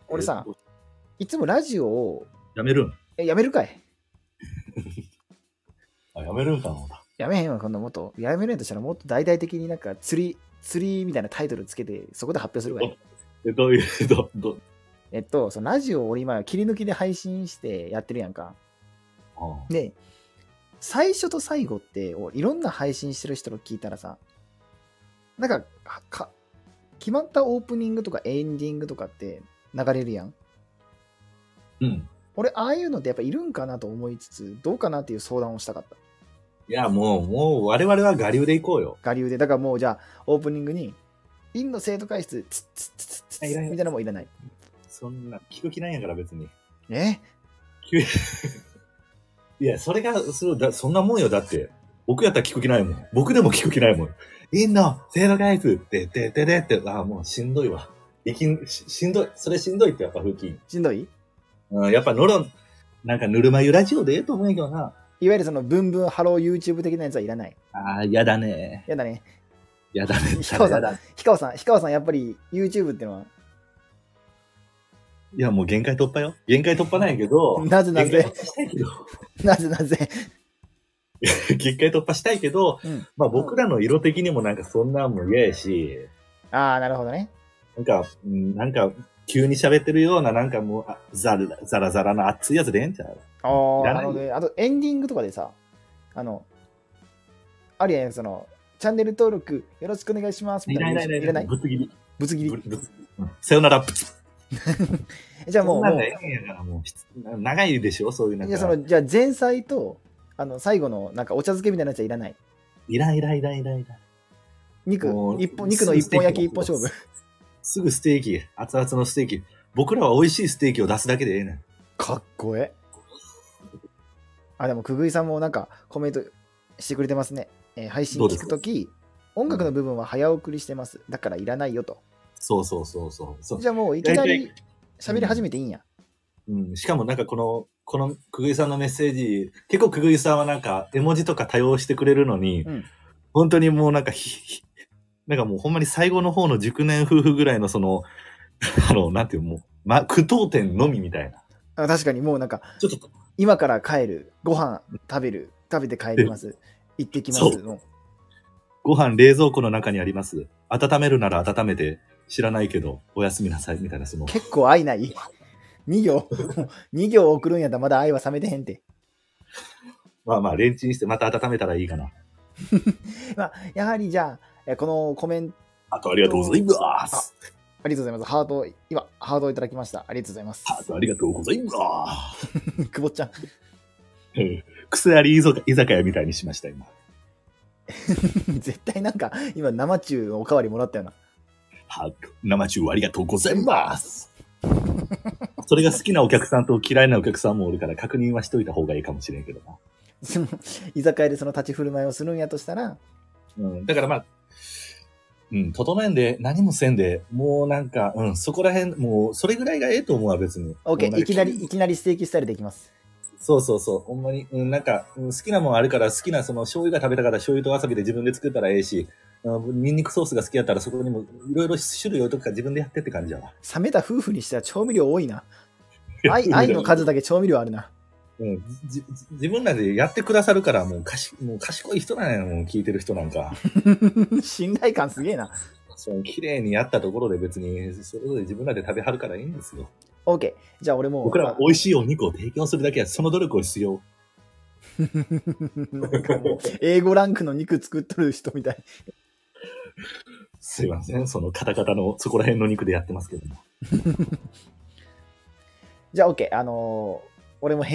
俺さ、いつもラジオを、 やめるんやめるかいあ、やめるんかな。 やめへんわ、こんなもっと。やめれんとしたらもっと大々的になんか釣りみたいなタイトルつけて、そこで発表するわよ。 どういう、 そのラジオを俺今切り抜きで配信してやってるやんか。で、最初と最後っていろんな配信してる人の聞いたらさ、なんか決まったオープニングとかエンディングとかって流れるやん。 うん。 俺、ああいうのってやっぱいるんかなと思いつつ、どうかなっていう相談をしたかった。 いや、もう我々は我流で行こうよ。 我流で。だからもうじゃあ、オープニングに、院の生徒会室、ツッツッツッツッツッみたいなのもいらない。 そんな、聞く気ないんやから別に。いや、それが、そんなもんよ。だって、僕やったら聞く気ないもん。僕でも聞く気ないもん。院の生徒会室って、って、もうしんどいわ。しんどい。それしんどいってやっぱ風紀。 しんどい？ やっぱなんかぬるま湯ラジオでええと思うんやけどな。 いわゆるそのブンブンハロー YouTube 的なやつはいらない。 やだね。 やだね。 やだね。 氷川さん、やっぱり YouTube ってのは。 いや、もう限界突破よ。限界突破なんやけど。 なぜ限界突破したいけど。 なぜ限界突破したいけど、まあ僕らの色的にもなんかそんなんも嫌やし。 ああ、なるほどね。 なんか、急に喋ってるような、なんかもう、ザラザラな熱いやつでええんちゃう？ ああ、なるほどね。あと、エンディングとかでさ、あるやん、その、チャンネル登録よろしくお願いしますみたいな。いらない？ ぶつ切り。 ぶつ切り。 さよなら。 じゃあもう、 長いでしょそういうなんか。 じゃあ前菜と、最後のなんかお茶漬けみたいなやつはいらない。 いらん。 肉の一本焼き一本勝負。 すぐステーキ、熱々のステーキ。僕らは美味しいステーキを出すだけでええねん。 かっこええ。でも、くぐいさんもなんかコメントしてくれてますね。配信聞くとき、音楽の部分は早送りしてます。だからいらないよと。 そう。 じゃあもういきなり喋り始めていいんや。 しかもなんかこのくぐいさんのメッセージ、結構くぐいさんはなんか絵文字とか多用してくれるのに、本当にもうなんかなんかもうほんまに最後の方の熟年夫婦ぐらいのその、なんていうもう、句読点のみみたいな。 確かにもうなんか、ちょっと今から帰る、ご飯食べて帰ります。行ってきます。 ご飯冷蔵庫の中にあります。温めるなら温めて、知らないけど、おやすみなさい、みたいなその。 結構愛ない。2行送るんやったらまだ愛は冷めてへんて。 まあレンチンしてまた温めたらいいかな。 やはりじゃあ、このコメント。 ありがとうございます。 ありがとうございます。ハートをいただきました。ありがとうございます。 ありがとうございます。 くぼっちゃん。 癖あり居酒屋みたいにしました、今。 絶対なんか、今生中のおかわりもらったよな。 生中ありがとうございます。それが好きなお客さんと嫌いなお客さんもおるから確認はしといた方がいいかもしれんけどな。 居酒屋でその立ち振る舞いをするんやとしたら、 だから整えんで何もせんで、もうなんか、そこら辺、もうそれぐらいがええと思うわ、別に。 OK、いきなりステーキスタイルできます。 そう。ほんまに、なんか、好きなもんあるから、好きなその醤油が食べたから醤油とわさびで自分で作ったらええし、ニンニクソースが好きやったらそこにもいろいろ種類置いとくから自分でやってって感じやわ。 冷めた夫婦にしては調味料多いな。愛の数だけ調味料あるな。 自分らでやってくださるから、もう賢い人なんやもう聞いてる人なんか。 信頼感すげえな。 綺麗にやったところで別に、それぞれ自分らで食べはるからいいんですよ。 OK。じゃあ俺も。 僕らは美味しいお肉を提供するだけは、その努力を必要。 なんかもう、A5 ランクの肉作っとる人みたい。 すいません。そのカタカタのそこら辺の肉でやってますけども。 じゃあ OK。俺も